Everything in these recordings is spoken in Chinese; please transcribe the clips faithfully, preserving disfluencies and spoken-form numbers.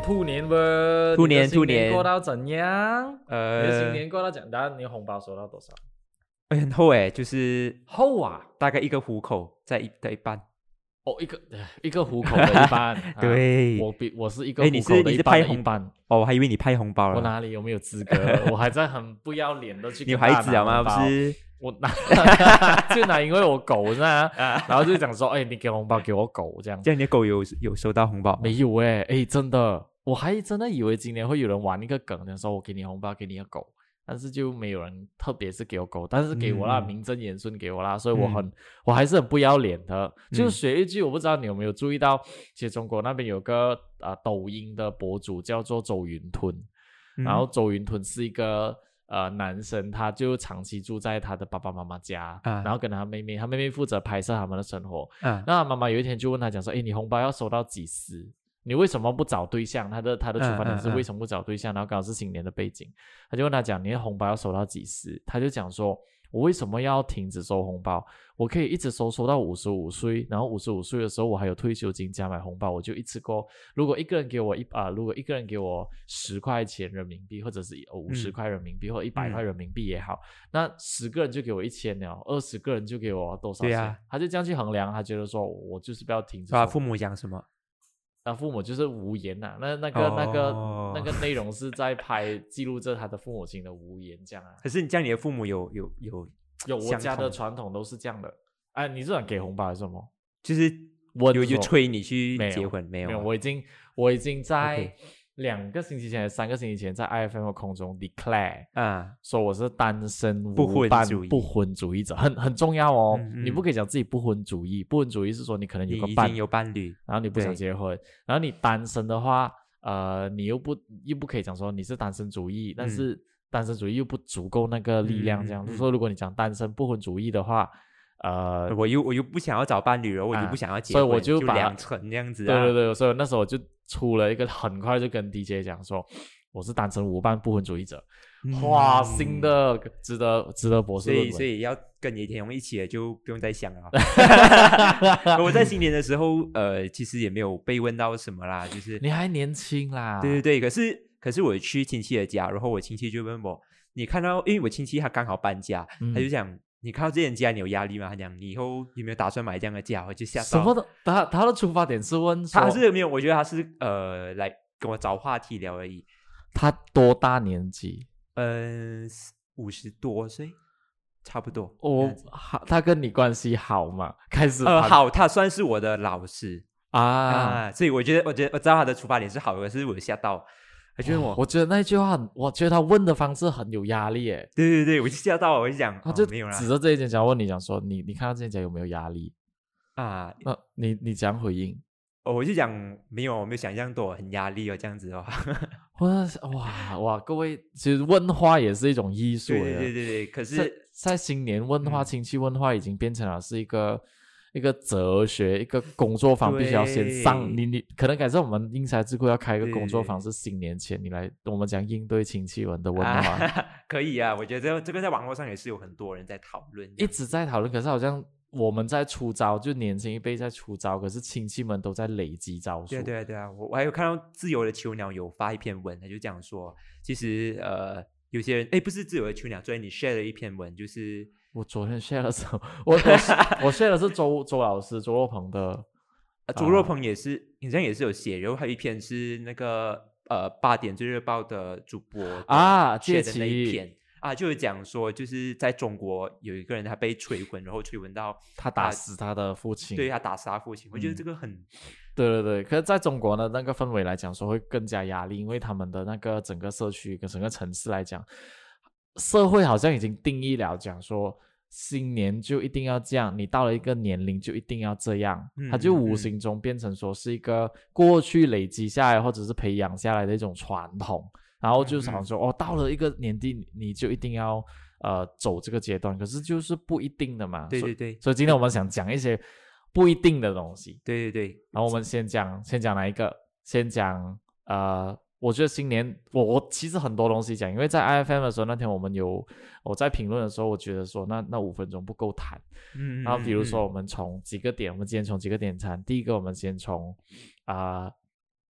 兔年吧， 兔年你的新兔年过到怎样？ 呃， 你的新年过到怎样？你红包收到多少？ 欸很厚诶，就是厚啊！ 大概一个虎口在一的一半。 哦，一个一个虎口的一半。 对啊、我比我是一个诶，你虎口的一是你是半的一半。 派红包哦，我还以为你派红包了。 我哪里有没有资格？我还在很不要脸的去你有跟大家孩子了吗？ 拿红包不是我拿就拿，因为我狗是吧？然后就讲说，哎、你给红包给我狗这样。 这样你的狗有有收到红包吗？ 没有哎、欸、哎，真的，我还真的以为今年会有人玩一个梗，讲说我给你红包，给你个狗，但是就没有人，特别是给我狗，但是给我啦， 嗯名正言顺给我啦，所以我很， 嗯我还是很不要脸的。 嗯就学一句，我不知道你有没有注意到，其实中国那边有个呃抖音的博主叫做周云吞， 嗯然后周云吞是一个。呃，男生他就长期住在他的爸爸妈妈家， 啊然后跟他妹妹，他妹妹负责拍摄他们的生活。 啊那妈妈有一天就问他讲说：“诶，你红包要收到几时？你为什么不找对象？”他的他的出发点是嗯嗯嗯为什么不找对象？然后刚好是新年的背景，他就问他讲：“你的红包要收到几时？”他就讲说：“我为什么要停止收红包？我可以一直收，收到五十五岁，然后五十五岁的时候我还有退休金加买红包，我就一次过。如果一个人给我一啊、呃，如果一个人给我十块钱人民币，或者是五十块人民币，或者一百块人民币也好，那十个人就给我一千了，二十个人就给我多少钱？ 对啊他就这样去衡量，他觉得说我就是不要停止收。 他父母讲什么？ 那父母就是无言呐、啊，那那个、 哦那个那个内容是在拍记录着他的父母亲的无言这样啊。 可是你这样，你的父母有有有有我家的相同传统都是这样的。哎，你是想给红包还是什么？ 就是问说有有催你去没有结婚没有啊？ 没有，我已经我已经在 OK 两个星期前、三个星期前在 I F M 的空中 declare 啊， 说我是单身不婚无伴主义不婚主义者，很很重要哦。 嗯嗯你不可以讲自己不婚主义，不婚主义是说你可能有个伴你已经，有伴侣， 然后你不想对结婚，然后你单身的话，呃，你又不又不可以讲说你是单身主义，但是单身主义又不足够那个力量，这样。 嗯嗯嗯就是说，如果你讲单身不婚主义的话，呃， 我又我又不想要找伴侣了，我又啊不想要结所以婚，就我就把两层这样子啊。 对对对，所以那时候我就出了一个，很快就跟 D J 讲说，我是单身无伴不婚主义者。 嗯哇，新的值得值得博士所论文。 以所以要跟叶天荣一起的就不用再想了。我在新年的时候，呃，其实也没有被问到什么啦，就是你还年轻啦， 对对对，可是可是我去亲戚的家，然后我亲戚就问我，你看到，因为我亲戚他刚好搬家， 嗯他就讲。你看到这间家你有压力吗？他讲你以后有没有打算买这样的家？我就吓到。 什么的？他他的出发点是问说他是没有，我觉得他是呃来跟我找话题聊而已。 他多大年纪？ 嗯、呃，五十多岁，差不多。 我好，他跟你关系好吗？开始呃， 谈好，他算是我的老师啊。 啊，所以我觉得，我觉得我知道他的出发点是好的，可是我吓到，他觉得我， 我觉得那句话很，我觉得他问的方式很有压力诶。 对对对，我就吓到，我就讲， 他就哦、没有啦指着这一间家问你讲说，你你看到这间家有没有压力？ 啊， 那你你怎样回应？ 哦我就讲没有，没有想象多很压力哦，这样子哦。 哇哇哇！各位，其实问话也是一种艺术对的。 对对对对，可在是在新年问话、 嗯亲戚问话，已经变成了是一个一个哲学，一个工作坊必须要先上。 对你你可能改成我们英才智库要开一个对工作坊， 对是新年前你来我们讲应对亲戚们的问话。 啊，可以啊，我觉得这个这个在网络上也是有很多人在讨论， 一直在讨论，可是好像我们在出招，就年轻一辈在出招，可是亲戚们都在累积招数。 对啊对啊对啊，我我还有看到自由的囚鸟有发一篇文，他就讲说，其实呃有些人哎不是自由的囚鸟，所以你 share 了一篇文，就是我昨天 share 了什么？我我我 share 的是周周老师周若鹏的， 呃周若鹏也是，好像也是有写，然后还有一篇是那个呃八点最热报的主播的啊 share 介的那一奇篇。啊，就是讲说，就是在中国有一个人他被催婚，然后催婚到他打死他的父亲。 对他打死他父亲，我觉得嗯这个很对对对，可是在中国的那个氛围来讲说会更加压力，因为他们的那个整个社区跟整个城市来讲，社会好像已经定义了讲说新年就一定要这样，你到了一个年龄就一定要这样， 嗯它就嗯嗯无形中变成说是一个过去累积下来或者是培养下来的一种传统，然后就想说、 嗯哦，到了一个年纪你就一定要呃走这个阶段，可是就是不一定的嘛。所以对对对所以今天我们想讲一些不一定的东西。 对对对， 然后我们先讲，先讲哪一个？先讲呃，我觉得新年我我其实很多东西讲，因为在 I F M 的时候那天我们有我在评论的时候，我觉得说那那五分钟不够谈。 嗯， 然后比如说嗯我们从几个点，我们今天从几个点谈。第一个，我们先从啊、呃、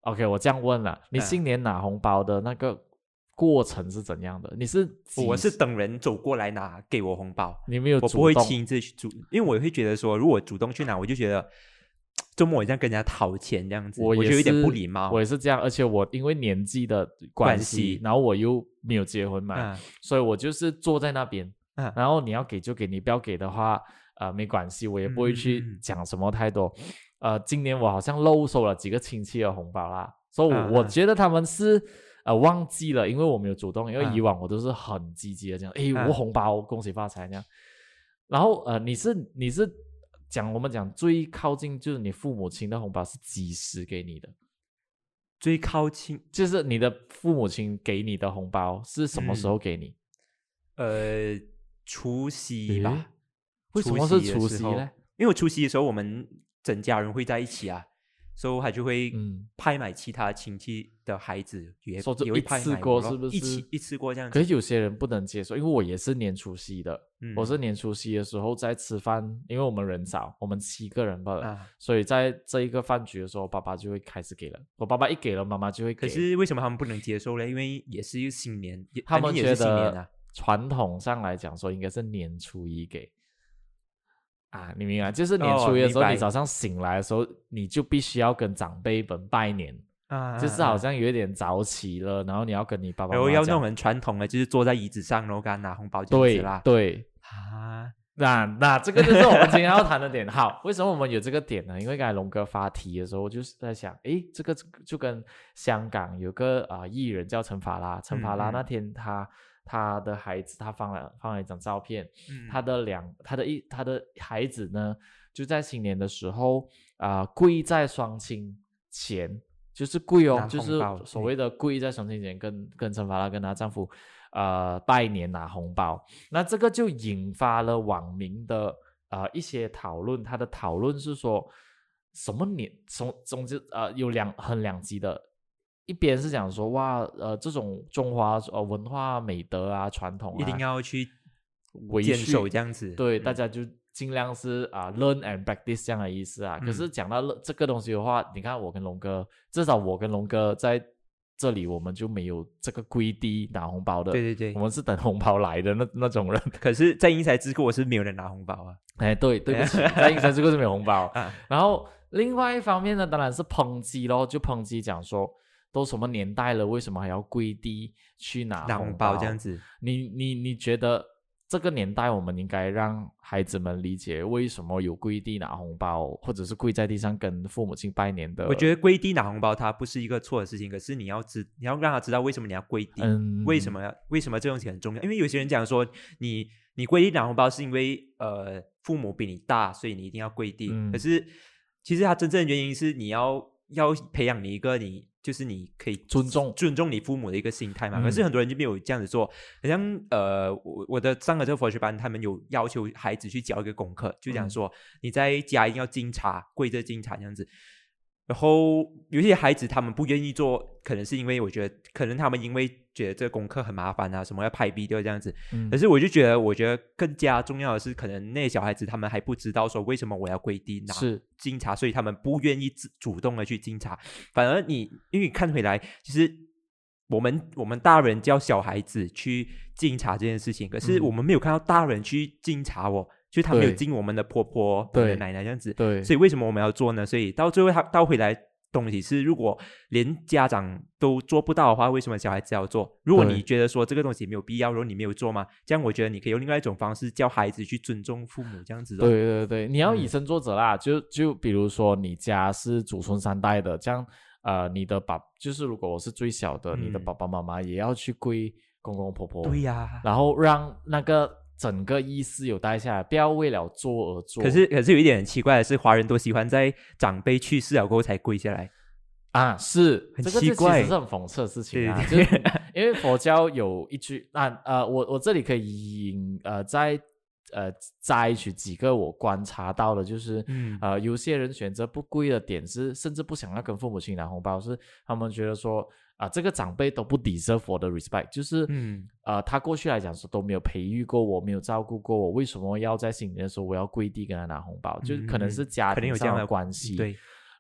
OK， 我这样问了，你新年拿红包的那个过程是怎样的？你是我是等人走过来拿给我红包， 你没有主动， 我不会亲自去主，因为我会觉得说，如果主动去拿，我就觉得周末我这样跟人家讨钱这样子， 我我觉得有点不礼貌。 我也是这样，而且我因为年纪的关系，然后我又没有结婚嘛，嗯、所以我就是坐在那边，嗯、然后你要给就给，你不要给的话，呃，没关系，我也不会去讲什么太多。嗯、呃，今年我好像漏收了几个亲戚的红包啦，所以我、嗯、我觉得他们是。呃，忘记了，因为我没有主动，因为以往我都是很积极的这样，诶、嗯，我红包，恭喜发财这样。然后呃，你是你是讲我们讲最靠近就是你父母亲的红包是几时给你的？ 最靠近就是你的父母亲给你的红包是什么时候给你？ 嗯、呃，除夕吧。 为什么是除夕呢？ 因为我除夕的时候我们整家人会在一起啊。所以他就会拍买其他亲戚的孩子，也也会拍买过，是不是？ 一起一次过这样子。 可是有些人不能接受，因为我也是年除夕的，嗯、我是年除夕的时候在吃饭，因为我们人少，我们七个人罢了，啊、所以在这一个饭局的时候，爸爸就会开始给了。我爸爸一给了，妈妈就会给。 可是为什么他们不能接受呢？因为也是新年， 他们觉得啊、 传统上来讲说应该是年初一给。啊，你明白，就是年初一的时候，哦、你早上醒来的时候，你就必须要跟长辈们拜年，啊、就是好像有点早起了，然后你要跟你爸爸妈妈讲， 然后要那种很传统的，就是坐在椅子上，然后给他拿红包这样子啦。 对对啊，那那这个就是我们今天要谈的点。好，为什么我们有这个点呢？因为刚才龙哥发题的时候，我就是在想，诶，这个就跟香港有个啊、呃、艺人叫陈法拉，陈法拉那天他。嗯他的孩子，他放了放了一张照片，嗯、他的两他的一他的孩子呢，就在新年的时候啊、呃，跪在双亲前，就是跪哦，就是所谓的跪在双亲前跟，跟跟陈法拉跟她丈夫呃拜年拿红包。那这个就引发了网民的呃一些讨论，他的讨论是说什么年总总之呃有两很两极的。一边是讲说哇，呃，这种中华呃文化美德啊、传统啊， 一定要去坚守这样子。 对， 嗯、 大家就尽量是啊、呃、learn and practice 这样的意思啊。嗯、可是讲到这个东西的话，你看我跟龙哥，至少我跟龙哥在这里，我们就没有这个跪地拿红包的。 对对对， 我们是等红包来的那那种人。 可是，在英才之国是没有人拿红包啊。 哎，对，对不起，在英才之国是没有红包。啊、然后另外一方面呢，当然是抨击咯，就抨击讲说。都什么年代了，为什么还要跪地去拿红包？ 拿红包这样子， 你你你觉得这个年代我们应该让孩子们理解为什么有跪地拿红包，或者是跪在地上跟父母亲拜年的？ 我觉得跪地拿红包它不是一个错的事情，可是你要知你要让他知道为什么你要跪地，嗯、为什么要为什么这东西很重要？因为有些人讲说你你跪地拿红包是因为呃父母比你大，所以你一定要跪地。嗯、可是其实它真正的原因是你要要培养你一个你。就是你可以尊重尊重你父母的一个心态嘛，嗯、可是很多人就没有这样子做。好像呃，我我的上个这个佛学班，他们有要求孩子去交一个功课，就讲说、嗯、你在家一定要敬茶，跪着敬茶这样子。然后有些孩子他们不愿意做，可能是因为我觉得，可能他们因为觉得这个功课很麻烦啊，什么要拍 video 这样子。嗯、可是我就觉得，我觉得更加重要的是，可能那些小孩子他们还不知道说为什么我要跪地拿敬茶，所以他们不愿意主动的去敬茶。反而你因为你看回来，其实我们我们大人教小孩子去敬茶这件事情，可是我们没有看到大人去敬茶哦。就他没有敬我们的婆婆、我们的奶奶这样子， 对， 所以为什么我们要做呢？所以到最后他倒回来东西是，如果连家长都做不到的话，为什么小孩子要做？如果你觉得说这个东西没有必要，如果你没有做嘛，这样我觉得你可以用另外一种方式教孩子去尊重父母，这样子。 对对对，你要以身作则啦。嗯、就就比如说你家是祖孙三代的，这样呃，你的爸就是如果我是最小的，嗯、你的爸爸妈妈也要去跪公公婆婆， 对呀、啊， 然后让那个。整个意识有带下来，不要为了做而做。 可是，可是有一点很奇怪的是，华人都喜欢在长辈去世了过后才跪下来啊，是很奇怪， 这个其实是很讽刺的事情啊。对对对就是因为佛教有一句，那呃，我我这里可以引呃在呃摘取几个我观察到的，就是嗯呃有些人选择不跪的点是，甚至不想要跟父母亲拿红包，是他们觉得说。啊，这个长辈都不 deserve 我的 respect， 就是，嗯，呃，他过去来讲说都没有培育过我，没有照顾过我，为什么要在新年的时候我要跪地跟他拿红包？嗯、就可能是家庭上的关系。 对。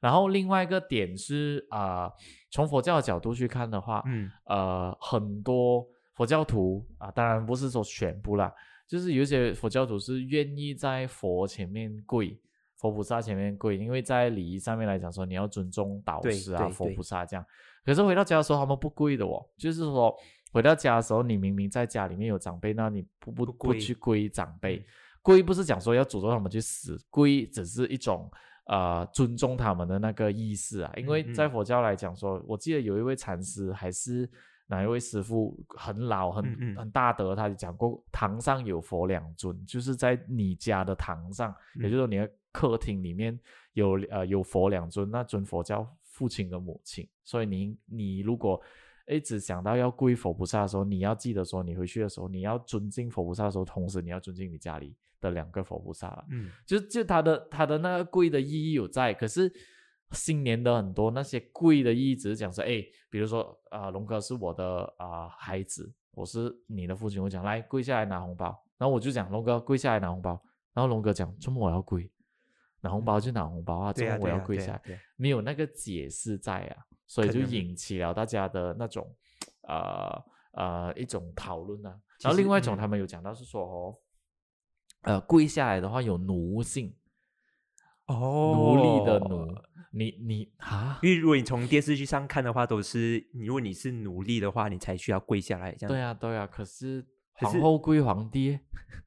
然后另外一个点是啊、呃，从佛教的角度去看的话， 嗯呃，很多佛教徒啊、呃，当然不是说全部啦，就是有一些佛教徒是愿意在佛前面跪。佛菩萨前面跪，因为在礼仪上面来讲说，你要尊重导师啊、佛菩萨这样。可是回到家的时候，他们不跪的哦，就是说回到家的时候，你明明在家里面有长辈，那你不不 不, 不去跪长辈，嗯、跪不是讲说要诅咒他们去死，跪只是一种呃尊重他们的那个意思啊。因为在佛教来讲说，嗯嗯我记得有一位禅师还是哪一位师傅很老很嗯嗯很大德，他就讲过，堂上有佛两尊，就是在你家的堂上，嗯、也就是说你的客厅里面有呃有佛两尊，那尊佛叫父亲跟母亲，所以你你如果一直想到要跪佛菩萨的时候，你要记得说，你回去的时候你要尊敬佛菩萨的时候，同时你要尊敬你家里的两个佛菩萨了。嗯，就就他的他的那个跪的意义有在，可是新年的很多那些跪的意义只是讲说，哎，比如说啊、呃，龙哥是我的啊、呃、孩子，我是你的父亲，我讲来跪下来拿红包，然后我就讲龙哥跪下来拿红包，然后龙哥讲怎么我要跪？拿红包就拿红包啊，怎么我要跪下来？没有那个解释在啊，所以就引起了大家的那种呃呃一种讨论啊。然后另外一种他们有讲到是说哦，呃跪下来的话有奴性哦， 奴隶的奴，你你啊， 因为如果你从电视剧上看的话，都是如果你是奴隶的话，你才需要跪下来这样。 对啊对啊，可是皇后跪皇帝，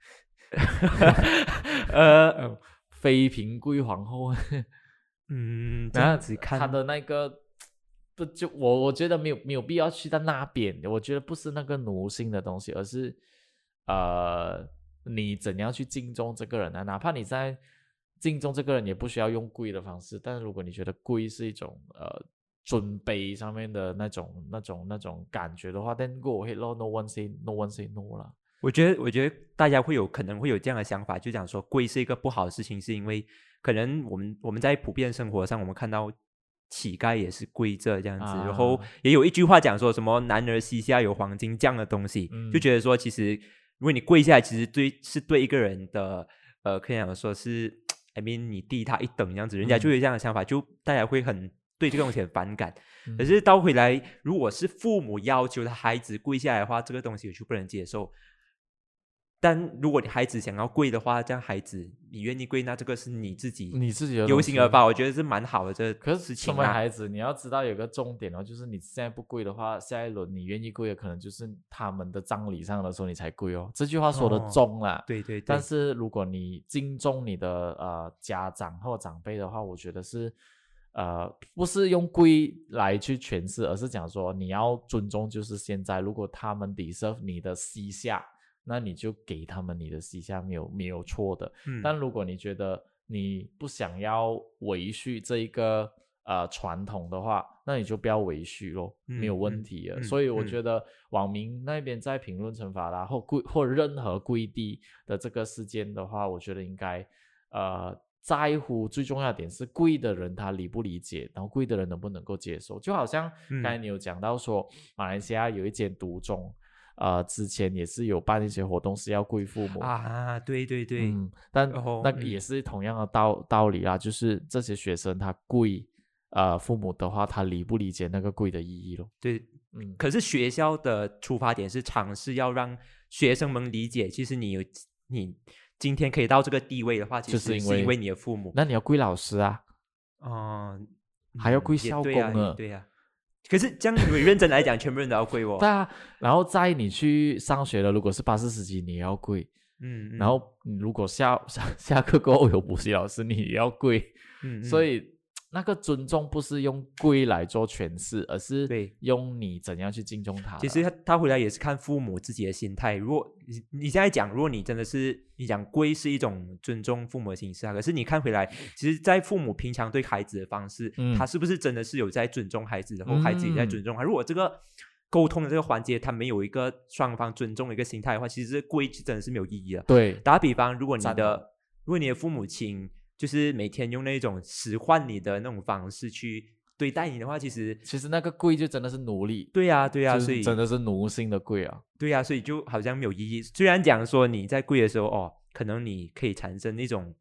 呃。妃嫔跪皇后， 嗯，这样子看他的那个不就我我觉得没有没有必要去到那边，我觉得不是那个奴性的东西，而是呃你怎样去敬重这个人啊？哪怕你在敬重这个人，也不需要用跪的方式，但是如果你觉得跪是一种呃尊卑上面的那种那种那种感觉的话 ，then go ahead咯， no one say no one say no 啦。 我觉得，我觉得大家会有可能会有这样的想法，就讲说跪是一个不好的事情，是因为可能我们我们在普遍生活上，我们看到乞丐也是跪着这样子，啊、然后也有一句话讲说什么“男儿膝下有黄金”这样的东西，嗯、就觉得说其实如果你跪下来，其实对是对一个人的呃，可以讲说是 ，I mean 你低他一等这样子，人家就有这样的想法，嗯、就大家会很对这个东西很反感。嗯、可是倒回来，如果是父母要求他孩子跪下来的话，这个东西我就不能接受。但如果你孩子想要跪的话，这样孩子你愿意跪，那这个是你自己你自己的由心而发，我觉得是蛮好的这个事情、啊。 可是身为孩子，你要知道有个重点哦，就是你现在不跪的话，下一轮你愿意跪的可能就是他们的葬礼上的时候你才跪哦。这句话说的重啦， 哦、对, 对对。 但是如果你敬重你的呃家长或长辈的话，我觉得是呃不是用跪来去诠释，而是讲说你要尊重，就是现在如果他们 deserve 你的膝下。那你就给他们你的膝下，没有没有错的、嗯、但如果你觉得你不想要维续这一个呃传统的话，那你就不要维续咯、嗯、没有问题的、嗯、所以我觉得网民那边在评论惩罚啦或跪或任何跪地的这个事件的话，我觉得应该呃在乎最重要的点是跪的人他理不理解，然后跪的人能不能够接受。就好像刚才你有讲到说、嗯、马来西亚有一间独中呃，之前也是有办一些活动是要跪父母啊，对对对， 嗯，但那个也是同样的道、嗯、道理啦，就是这些学生他跪呃父母的话，他理不理解那个跪的意义咯？ 对，嗯，可是学校的出发点是尝试要让学生们理解，其实你有你今天可以到这个地位的话，其实就是因为因为你的父母， 那你要跪老师啊， 哦、嗯， 还要跪校工呢，对呀、啊。可是这样你认真来讲全部人都要跪哦。 对啊，然后在你去上学了，如果是巴士司机你也要跪， 嗯，嗯然后如果下下下课过后有补习老师你也要跪， 嗯，嗯所以那个尊重不是用跪来做诠释，而是用你怎样去敬重他。 其实他他回来也是看父母自己的心态。如果你现在讲，如果你真的是你讲跪是一种尊重父母的形式啊，可是你看回来，其实在父母平常对孩子的方式、嗯、他是不是真的是有在尊重孩子，然后孩子也在尊重他、嗯、如果这个沟通的这个环节他没有一个双方尊重的一个心态的话，其实跪真的是没有意义的。 对， 打比方，如果你的如果你的父母亲就是每天用那种使唤你的那种方式去对待你的话，其实其实那个跪就真的是奴隶。 对呀、啊、对呀、啊，所以真的是奴性的跪啊。 对呀、啊，所以就好像没有意义。虽然讲说你在跪的时候哦，可能你可以产生那种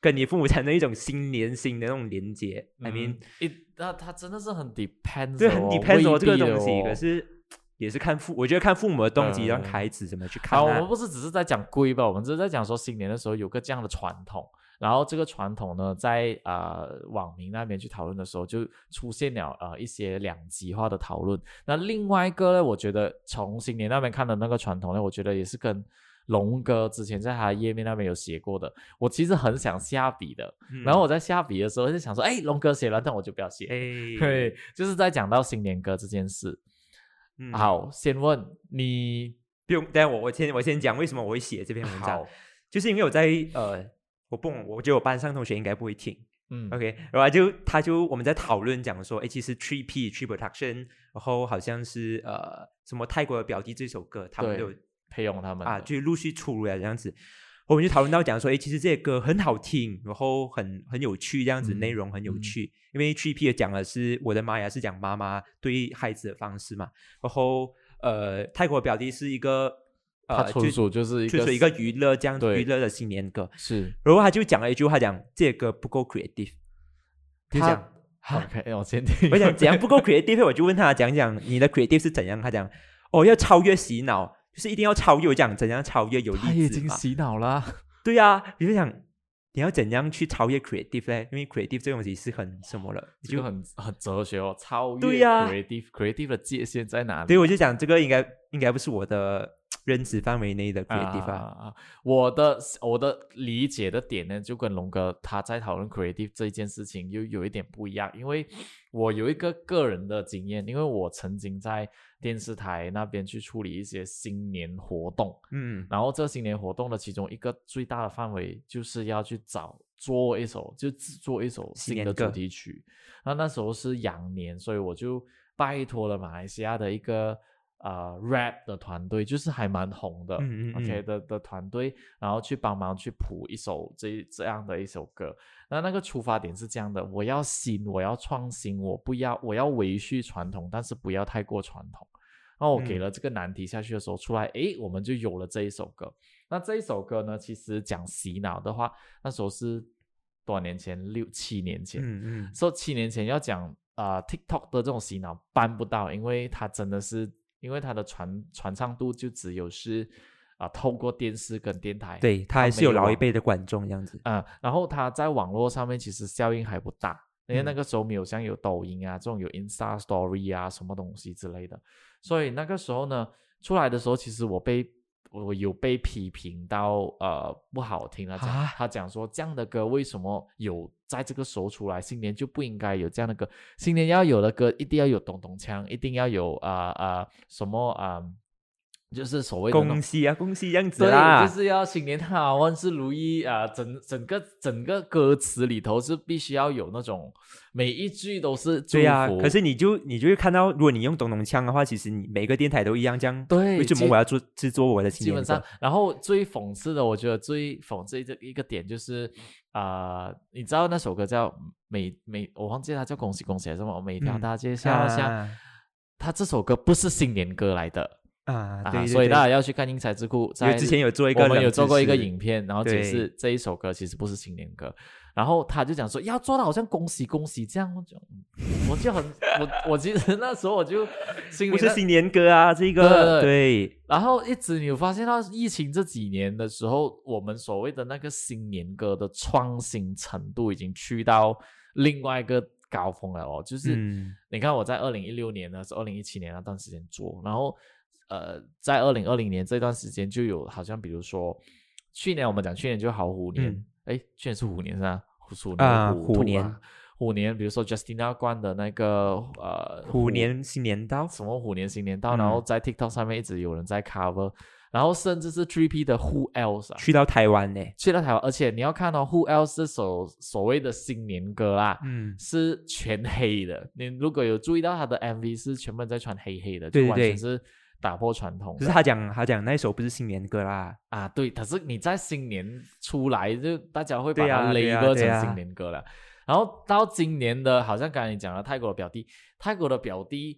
跟你父母产生一种心连心的那种连接。 嗯、 I mean， 一那他真的是很 depends， 对，很 depends 哦这个东西， 哦、 可是也是看父，我觉得看父母的动机，让孩子怎么去看、啊。 好，我们不是只是在讲规吧，我们只是在讲说新年的时候有个这样的传统。然后这个传统呢，在呃网民那边去讨论的时候，就出现了呃一些两极化的讨论。那另外一个呢，我觉得从新年那边看的那个传统呢，我觉得也是跟龙哥之前在他的页面那边有写过的。我其实很想下笔的，嗯、然后我在下笔的时候就想说，哎，龙哥写了，但我就不要写。 哎， 对，就是在讲到新年歌这件事。嗯、好，先问你， 不用，等下我我先我先讲为什么我会写这篇文章，就是因为我在呃。我不，我觉得我班上同学应该不会听，嗯 ，OK， 然后就他就我们在讨论讲说，哎，其实 three P Tree Production， 然后好像是呃什么泰国的表弟这首歌，他们都配用他们啊，就陆续出了这样子，我们就讨论到讲说，哎，其实这些歌很好听，然后很很有趣，这样子、嗯、内容很有趣，嗯、因为 three P 讲的是我的妈呀，是讲妈妈对孩子的方式嘛，然后呃泰国的表弟是一个。 呃，他纯属就是一个就是一个娱乐这样娱乐的新年歌， 是。 然后他就讲了一句话，讲这个歌不够 creative。 他讲 ，OK， 我先听。 我讲怎样不够 creative， 我就问他讲讲你的 creative 是怎样？他讲哦，要超越洗脑，就是一定要超越。我讲怎样超越有例子嘛？ 他已经洗脑了。 对啊，你就想你要怎样去超越 creative 呢？因为 creative 这东西是很什么了， 就很很哲学哦，超越 creative， creative 的界限在哪里？ 对，我就讲这个应该应该不是我的。认知范围内的 creative 啊， 啊我的我的理解的点呢，就跟龙哥他在讨论 creative 这一件事情又有一点不一样，因为我有一个个人的经验，因为我曾经在电视台那边去处理一些新年活动，嗯，然后这新年活动的其中一个最大的范围就是要去找做一首，就制作一首新的主题曲，那那时候是羊年，所以我就拜托了马来西亚的一个。呃 rap 的团队就是还蛮红的，嗯嗯嗯 OK 的的团队，然后去帮忙去谱一首这这样的一首歌。那那个出发点是这样的，我要新，我要创新，我不要我要维续传统，但是不要太过传统。然后我给了这个难题下去的时候，出来诶，我们就有了这一首歌。那这一首歌呢，其实讲洗脑的话，那时候是多少年前？六七年前。嗯嗯。说、so, 七年前要讲啊、呃、TikTok 的这种洗脑办不到，因为它真的是。因为它的传传唱度就只有是啊、呃，透过电视跟电台， 对，它还是有老一辈的观众这样子啊、呃。然后它在网络上面其实效应还不大，因为那个时候没有像有抖音啊这种有 Insta Story 啊什么东西之类的，所以那个时候呢出来的时候，其实我被我有被批评到呃不好听了，讲、啊、他讲说这样的歌为什么有在这个时候出来，新年就不应该有这样的歌，新年要有的歌一定要有咚咚锵，一定要有啊啊、呃呃、什么啊、呃、就是所谓的恭喜啊恭喜这样子啦， 对，就是要新年好万事如意啊、呃、整整个整个歌词里头是必须要有那种每一句都是祝福。 对啊，可是你就你就会看到，如果你用咚咚锵的话，其实你每个电台都一样这样。 对， 为什么我要做制作我的新年歌？ 基本上，然后最讽刺的，我觉得最讽刺的一个点就是啊、呃，你知道那首歌叫每每我忘记它叫恭喜恭喜还是什么，每条大街小巷、嗯啊，它这首歌不是新年歌来的。 啊，对, 对, 对、 啊，所以大家要去看英才智库，在之前有做一个， 我们有做过一个影片，然后解释这一首歌其实不是新年歌，然后他就讲说要做到好像恭喜恭喜这样，我就我就很我我其实那时候我就心里不是新年歌啊，这个 对, 对, 对， 然后一直你有发现到疫情这几年的时候，我们所谓的那个新年歌的创新程度已经去到另外一个高峰了哦，就是、嗯、你看我在二零一六年呢，是二零一七年那段时间做，然后。呃，在二零二零年这段时间就有好像比如说去年我们讲去年就好虎年，哎、嗯，去年是虎年是吧？虎年啊， 虎年虎年，比如说 Justina 冠的那个呃虎年新年到， 什么虎年新年到、嗯，然后在 TikTok 上面一直有人在 cover， 然后甚至是 three P 的 Who Else 啊， 去到台湾呢， 去到台湾，而且你要看到、哦、Who Else 这首所谓的新年歌啦，嗯，是全黑的，你如果有注意到他的 M V 是全部人在穿黑黑的， 对对对， 就完全是。打破传统， 可是他讲他讲那首不是新年歌啦啊，对，可是你在新年出来，就大家会把它 label 成新年歌了、啊啊啊。然后到今年的，好像刚才你讲了泰国的表弟，泰国的表弟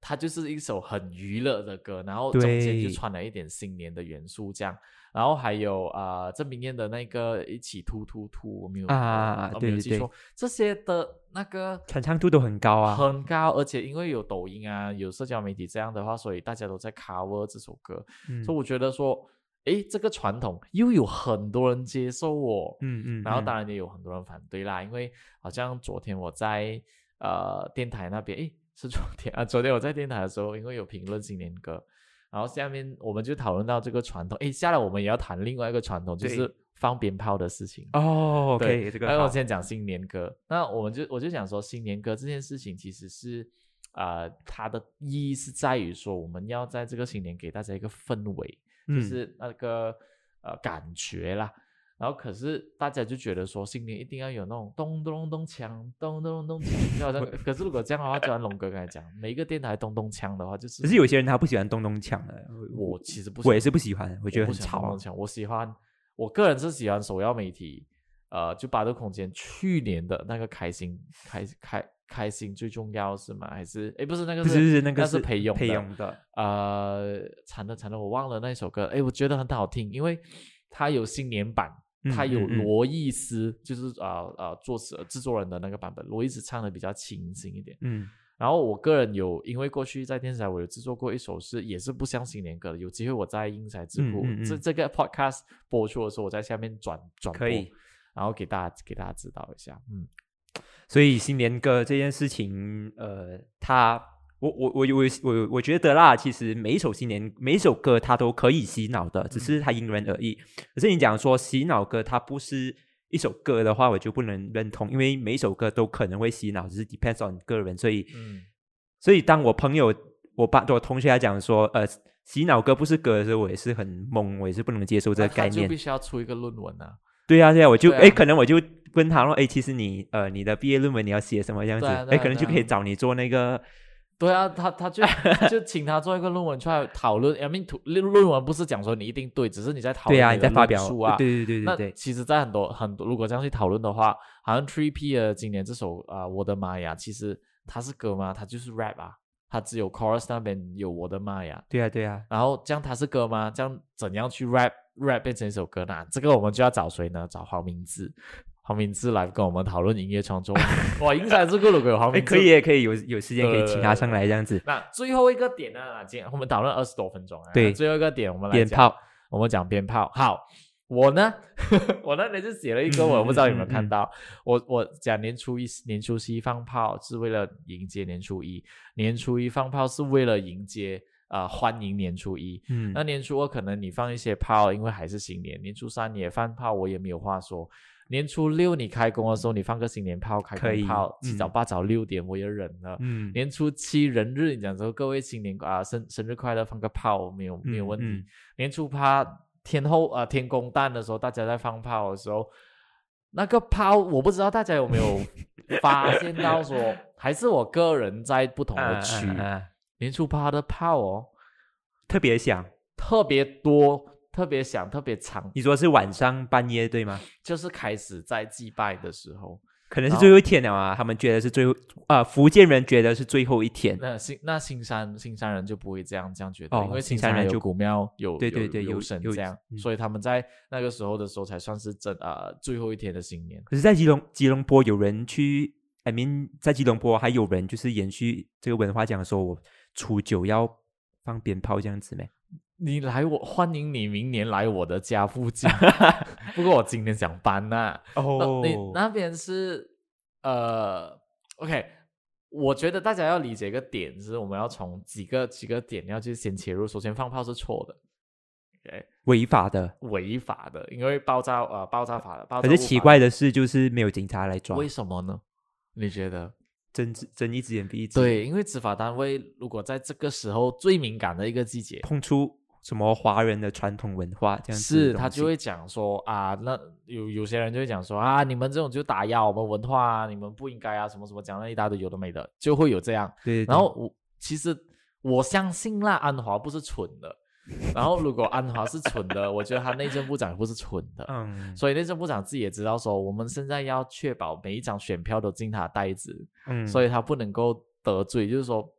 它就是一首很娱乐的歌，然后中间就串了一点新年的元素这样。然后还有啊、呃，郑明燕的那个一起突突突，我没有啊， 我对对对， 这些的那个传唱度都很高啊， 很高，而且因为有抖音啊，有社交媒体这样的话，所以大家都在 cover 这首歌，嗯、所以我觉得说，诶，这个传统又有很多人接受哦， 嗯嗯， 然后当然也有很多人反对啦，因为好像昨天我在呃电台那边，诶，是昨天啊，昨天我在电台的时候，因为有评论新年歌。然后下面我们就讨论到这个传统，诶，下来我们也要谈另外一个传统，就是放鞭炮的事情。 哦， 对， okay, 这个那我先讲新年歌。那我们就我就讲说，新年歌这件事情其实是，呃，它的意义是在于说，我们要在这个新年给大家一个氛围， 嗯、 就是那个呃感觉啦。然后可是大家就觉得说新年一定要有那种咚咚咚锵咚咚咚锵，就好像可是如果这样的话，就像龙哥刚才讲，每一个电台咚咚锵的话，就是可是有些人他不喜欢咚咚锵的， 我其实不喜欢， 我也是不喜欢，我觉得很吵、啊。 咚咚锵我喜欢，我个人是喜欢首要媒体，呃，就八度空间去年的那个开心开开开心最重要是吗？还是诶不是那个是不是那个是裴勇裴勇的， 呃，惨了惨了，我忘了那首歌，诶，我觉得很好听，因为它有新年版。他有罗艺斯，嗯嗯嗯就是啊啊、呃、作词制作人的那个版本，罗艺斯唱的比较清新一点。嗯，然后我个人有，因为过去在电视台我有制作过一首是也是不像新年歌的，有机会我在英才智库、嗯嗯嗯、这这个 podcast 播出的时候，我在下面转转播， 可以， 然后给大家给大家知道一下。嗯， 所以新年歌这件事情，呃，它。我我我我我我觉得啦，其实每一首新年每一首歌它都可以洗脑的，只是它因人而异。可是你讲说洗脑歌它不是一首歌的话，我就不能认同，因为每一首歌都可能会洗脑，只是 depends on 个人。所以，嗯、所以当我朋友我把我同学来讲说，呃，洗脑歌不是歌的时候，我也是很懵，我也是不能接受这个概念。 他就必须要出一个论文啊。 对啊，对啊，我就哎、啊，可能我就问他说，哎，其实你呃你的毕业论文你要写什么样子？哎、啊啊啊，可能就可以找你做那个。 对啊，他他就就请他做一个论文出来讨论。I mean， 论文不是讲说你一定对，只是你在讨论、 啊，对啊，你在发表啊。 对对对对对。 那其实，在很多很多，如果这样去讨论的话，好像 three P 的今年这首啊、呃，我的妈呀，其实它是歌吗？它就是 rap 啊，它只有 chorus 那边有我的妈呀。 对啊对啊。 然后这样它是歌吗？这样怎样去 rap rap 变成一首歌呢？这个我们就要找谁呢？找黄明志。黄明志来跟我们讨论音乐创作。哇，英才这个如果有黄明志， 可以可以有有时间可以请他上来这样子。 那最后一个点呢？今天我们讨论二十多分钟啊。 对， 最后一个点我们来讲鞭炮， 我们讲鞭炮。好，我呢，我那里就写了一个，我不知道有没有看到。嗯嗯嗯、我我讲年初一、年初七放炮是为了迎接年初一，年初一放炮是为了迎接。呃，欢迎年初一。嗯，那年初二可能你放一些炮，因为还是新年。年初三你也放炮，我也没有话说。年初六你开工的时候，你放个新年炮、开工炮，七早八早六点我也忍了。嗯，年初七人日，你讲说各位新年啊，生生日快乐，放个炮没有没有问题。嗯嗯、年初八天后啊、呃、天公诞的时候，大家在放炮的时候，那个炮我不知道大家有没有发现到说，还是我个人在不同的区。啊啊啊年初八的炮哦， 特别响， 特别多，特别响，特别长。 你说是晚上半夜对吗？ 就是开始在祭拜的时候， 可能是最后一天了啊。他们觉得是最后啊、呃，福建人觉得是最后一天。 那新那新山新山人就不会这样这样觉得，哦、因为新山人有古庙有对对对有神这样， 嗯、 所以他们在那个时候的时候才算是真啊、呃、最后一天的新年。 可是，在吉隆吉隆坡有人去。I mean， 在吉隆坡还有人就是延续这个文化，讲说我初九要放鞭炮这样子没？ 你来我欢迎你明年来我的家附近。不过我今天想搬呐、啊。哦，你那边是呃 ，OK， 我觉得大家要理解一个点，是我们要从几个几个点要去先切入。首先，放炮是错的。Okay, 违法的， 违法的，因为爆炸呃爆炸法的。爆炸可是奇怪的是，就是没有警察来抓。 为什么呢？你觉得睁睁一只眼闭一只眼？对，因为执法单位如果在这个时候最敏感的一个季节碰出什么华人的传统文化这样子， 是他就会讲说啊，那有有些人就会讲说啊，你们这种就打压我们文化啊，你们不应该啊，什么什么讲了一大堆有的没的，就会有这样。 对，对， 然后我其实我相信啦，安华不是蠢的。然后如果安华是蠢的，我觉得他内政部长也不是蠢的，嗯，所以内政部长自己也知道说，我们现在要确保每一张选票都进他的袋子，嗯，所以他不能够得罪，就是说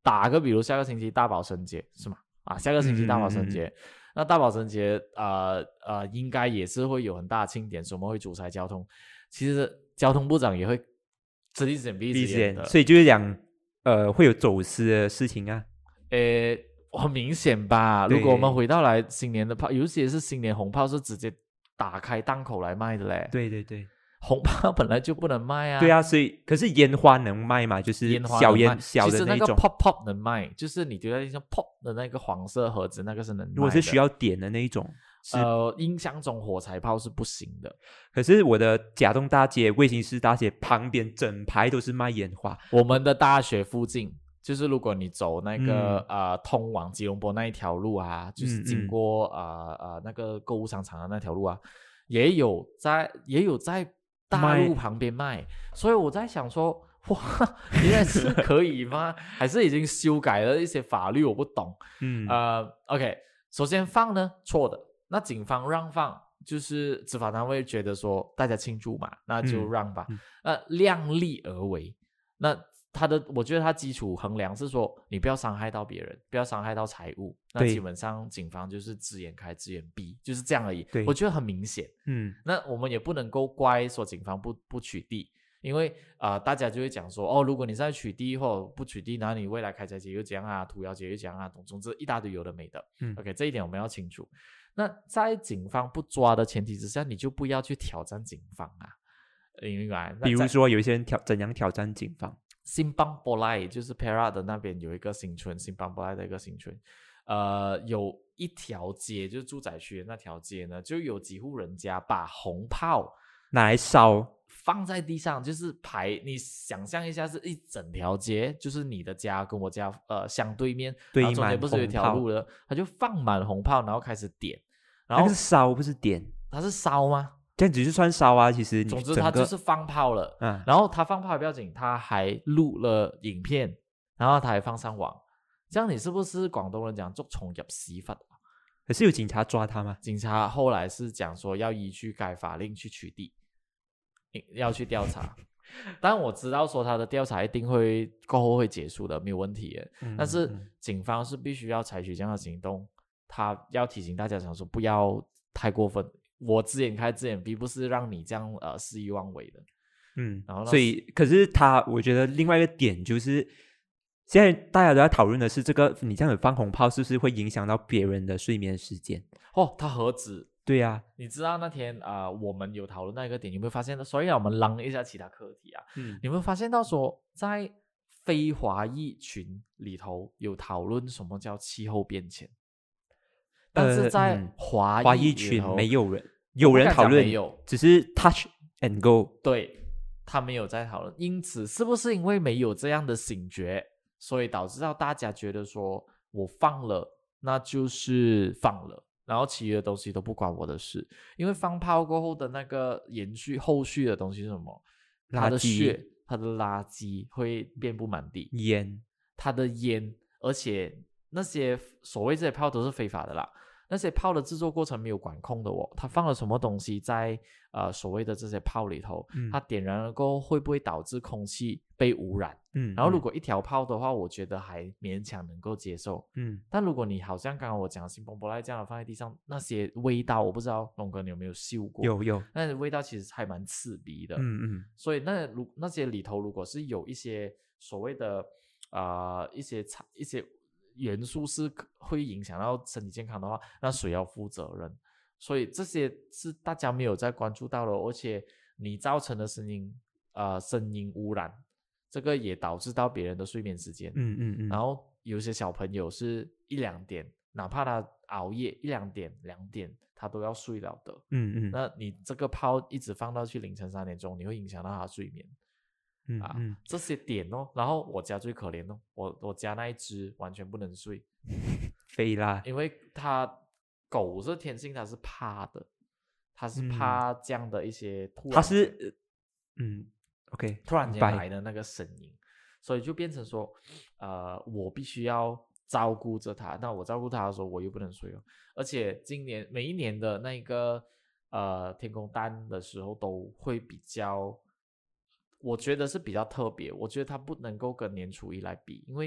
打个比如下个星期大宝生节是吗？啊，下个星期大宝生节，嗯嗯嗯那大宝生节呃呃应该也是会有很大的庆典，所以我们会阻塞交通。其实交通部长也会睁一只眼闭一只眼的， 所以就是讲呃会有走私的事情啊。 呃，很明显吧？如果我们回到来新年的炮，尤其是新年红炮是直接打开档口来卖的嘞。 对对对。 红炮本来就不能卖啊， 对啊，所以可是烟花能卖嘛？就是小烟小的那种。 其实那个 pop pop 能卖，就是你丢在地上 pop 的那个黄色盒子，那个是能卖的。 如果是需要点的那一种， 呃，印象中火柴炮是不行的。 可是我的甲东大街、卫星市大街旁边整排都是卖烟花。 我们的大学附近，就是如果你走那个、嗯、呃通往吉隆坡那一条路啊，就是经过、嗯、呃呃那个购物商场的那条路啊，也有在也有在。大路旁边卖，所以我在想说，哇，原来是可以吗？还是已经修改了一些法律？我不懂。嗯，呃 ，OK， 首先放呢错的，那警方让放，就是执法单位觉得说大家庆祝嘛，那就让吧。 嗯、 那量力而为，那他的我觉得他基础衡量是说，你不要伤害到别人，不要伤害到财物。那基本上警方就是只眼开只眼闭，就是这样而已。我觉得很明显。 嗯， 那我们也不能够怪说警方不不取缔，因为啊、呃，大家就会讲说，哦，如果你在取缔或不取缔，那你未来开斋节又怎样啊，屠妖节又怎样啊，总之一大堆有的没的。嗯 ，OK， 这一点我们要清楚。那在警方不抓的前提之下，你就不要去挑战警方啊，明白？ 比如说有一些人挑怎样挑战警方？ 新邦波莱就是 Perak 的那边有一个新村，新邦波莱的一个新村，呃，有一条街就是住宅区的那条街呢，就有几户人家把红炮拿来烧， 放在地上，就是排。你想象一下，是一整条街，就是你的家跟我家呃相对面， 对， 然后中间不是有一条路了，他就放满红炮，然后开始点，然后那个是烧不是点， 它是烧吗？ 这样子就算烧啊，其实你总之他就是放炮了，嗯，然后他放炮也不要紧，他还录了影片，然后他还放上网，这样你是不是广东人讲捉虫入屎窟？ 可是有警察抓他吗？ 警察后来是讲说要依据该法令去取缔，要去调查，但我知道说他的调查一定会过后会结束的，没有问题的、嗯、但是警方是必须要采取这样的行动，他要提醒大家讲说不要太过分。我只眼开只眼闭，不是让你这样呃肆意妄为的。 嗯，然后所以可是他，我觉得另外一个点就是，现在大家都在讨论的是这个，你这样子放红炮是不是会影响到别人的睡眠时间？ 哦，他何止？ 对啊， 你知道那天啊、呃，我们有讨论那一个点，有没有发现？所以啊，我们浪一下其他课题啊，嗯，有没有发现到说，在非华裔群里头有讨论什么叫气候变迁？但是在华裔、 呃嗯、裔群没有人，有人讨论，只是 touch and go。 对，他没有在讨论。因此，是不是因为没有这样的醒觉，所以导致到大家觉得说，我放了，那就是放了，然后其余的东西都不关我的事。因为放炮过后的那个延续后续的东西是什么？它的血、它的垃圾会遍布满地， 烟， 它的烟，而且那些所谓这些炮都是非法的啦。那些炮的制作过程没有管控的哦，它放了什么东西在呃所谓的这些炮里头，嗯、它点燃了过后会不会导致空气被污染？嗯，然后如果一条炮的话，我觉得还勉强能够接受。嗯，但如果你好像刚刚我讲的新蓬勃莱这样的放在地上，那些味道我不知道龙哥你有没有嗅过？ 有有， 那味道其实还蛮刺鼻的。 嗯嗯， 所以那如那些里头如果是有一些所谓的啊、呃、一些一些。元素是会影响到身体健康的话，那谁要负责任？所以这些是大家没有在关注到的，而且你造成的声音呃声音污染，这个也导致到别人的睡眠时间。 嗯嗯嗯。 然后有些小朋友是一两点，哪怕他熬夜一两点、两点，他都要睡了的。 嗯嗯。 那你这个炮一直放到去凌晨三点钟，你会影响到他睡眠。 嗯啊， 嗯， 这些点哦，然后我家最可怜哦，我我家那一只完全不能睡， 飞啦， 因为它狗是天性，它是怕的，它是怕这样的一些突然， 它是嗯 ，OK， 突然间来的那个声音，所以就变成说，呃，我必须要照顾着它，那我照顾它的时候，我又不能睡哦，而且今年每一年的那个呃天空蛋的时候都会比较。我觉得是比较特别，我觉得它不能够跟年初一来比，因为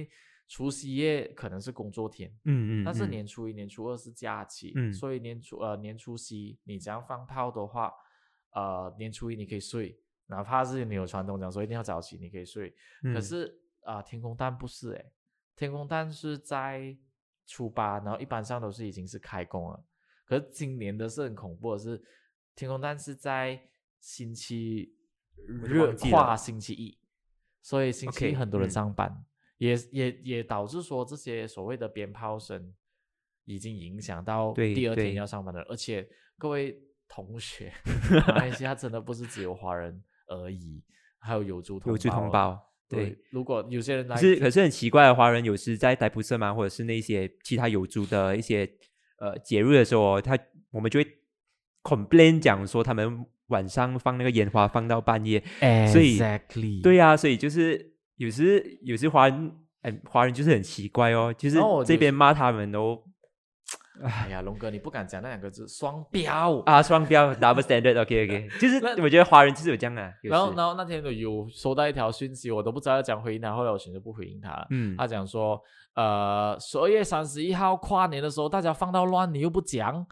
除夕夜可能是工作天， 嗯嗯， 但是嗯年初一、年初二是假期， 嗯所以年初呃年除夕你这样放炮的话，呃年初一你可以睡，哪怕是你有传统讲说一定要早起，你可以睡。 嗯可是啊、呃天空弹不是诶，天空弹是在初八，然后一般上都是已经是开工了。可是今年的是很恐怖的是，天空弹是在星期日跨星期一，所以星期一 OK， 很多人嗯上班。也也也导致说这些所谓的鞭炮声已经影响到对第二天对要上班的人，而且各位同学，马来西亚真的不是只有华人而已，还有有族同胞。 有族同胞， 对， 对。 如果有些人来， 可是可是很奇怪的，华人有时在逮捕社嘛，或者是那些其他有族的一些呃节日的时候，他我们就会 complain 讲说他们晚上放那个烟花放到半夜，所以 exactly 对啊，所以就是有时有时华人哎华人就是很奇怪哦，就是然后我就这边骂他们都哎呀，龙哥你不敢讲那两个字，双标。 啊双标 double standard，OK OK， 就是我觉得华人就是有这样啊，有然后， 时然后那天有收到一条讯息，我都不知道要讲回应他，后来我选择不回应他了。 嗯他讲说，呃，十二月三十一号跨年的时候，大家放到乱，你又不讲，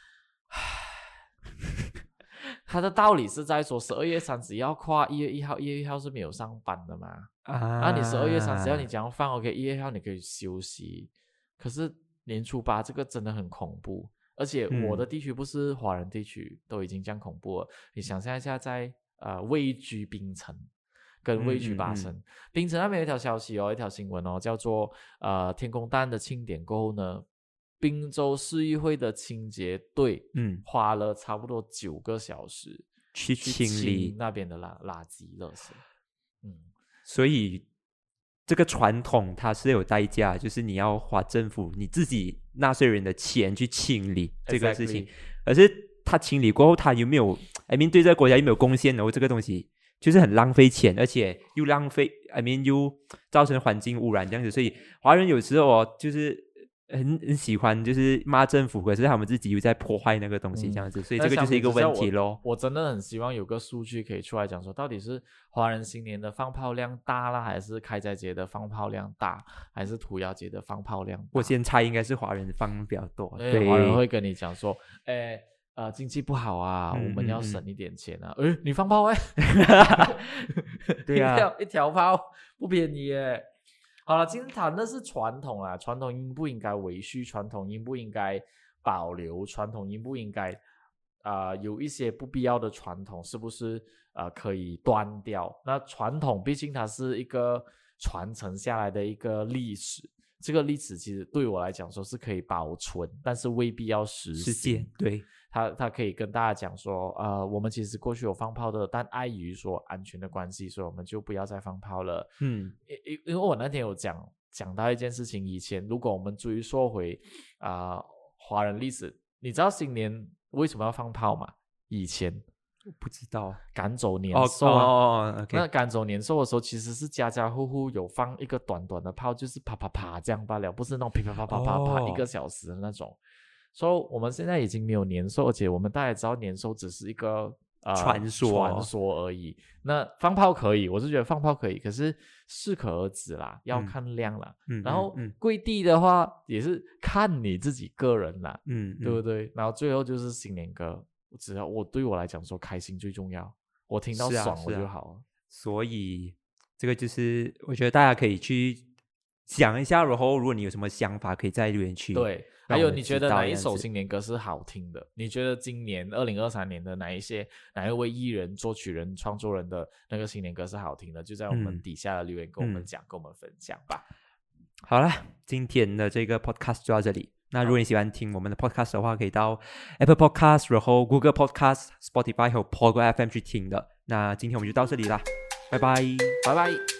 他的道理是在说，十二月三十一号跨一月一号，一月一号是没有上班的嘛？ 啊， 那你十二月三十号你讲放 OK， 一月一号你可以休息，可是年初八这个真的很恐怖。而且我的地区不是华人地区，都已经这样恐怖了。你想象一下在，呃位居槟城跟位居巴生， 嗯嗯嗯槟城那边有一条消息哦，一条新闻哦，叫做呃天公诞的庆典过后呢，滨州市议会的清洁队嗯花了差不多九个小时去去清理那边的垃垃圾垃圾。嗯， 所以这个传统它是有代价，就是你要花政府你自己纳税人的钱去清理这个事情， Exactly 可是他清理过后，他有没有 I mean 对这个国家有没有贡献？然后这个东西就是很浪费钱，而且又浪费 I mean 又造成环境污染这样子，所以华人有时候哦就是很很喜欢就是骂政府，可是他们自己又在破坏那个东西这样子，嗯、所以这个就是一个问题咯。 我, 我真的很希望有个数据可以出来讲说，到底是华人新年的放炮量大啦，还是开斋节的放炮量大，还是屠妖节的放炮量大？ 我先猜应该是华人放比较多，对， 华人会跟你讲说，哎。呃，经济不好啊， 嗯、 我们要省一点钱啊。诶，你放炮哎， 对啊， 一条一条炮不便宜耶。好了，今天谈的是传统啦，传统应不应该维续？传统应不应该保留？传统应不应该啊、呃？有一些不必要的传统，是不是呃可以断掉？那传统毕竟它是一个传承下来的一个历史。这个历史其实对我来讲说是可以保存，但是未必要实现。 对， 他他可以跟大家讲说，呃，我们其实过去有放炮的，但碍于说安全的关系，所以我们就不要再放炮了。 嗯， 因因为我那天有讲讲到一件事情，以前如果我们追溯回啊、呃、华人历史，你知道新年为什么要放炮吗？以前。 不知道赶走年兽啊！ 哦哦 okay、 那赶走年兽的时候，其实是家家户户有放一个短短的炮，就是啪啪啪这样罢了，不是那种噼啪啪啪啪啪、哦、一个小时的那种。所以我们现在已经没有年兽，而且我们大家知道年兽只是一个呃传说传说而已。那放炮可以，我是觉得放炮可以，可是适可而止啦，要看量啦。 嗯、 然后、 嗯嗯、 跪地的话也是看你自己个人啦， 嗯， 对不对？然后最后就是新年歌。只要我对我来讲说开心最重要，我听到爽我就好了、啊啊、 所以这个就是我觉得大家可以去想一下，然后如果你有什么想法可以在留言区。 对，还有你觉得哪一首新年歌是好听的？你觉得今年二零二三年的哪一些哪一位艺人作曲人创作人的那个新年歌是好听的？就在我们底下的留言跟我们讲、嗯、跟我们分享吧。 好了，今天的这个 podcast 就到这里。那如果你喜欢听我们的 podcast 的话，可以到 Apple Podcast 然后 Google Podcast、Spotify 和 Pogo F M 去听的。那今天我们就到这里啦，拜拜， 拜拜。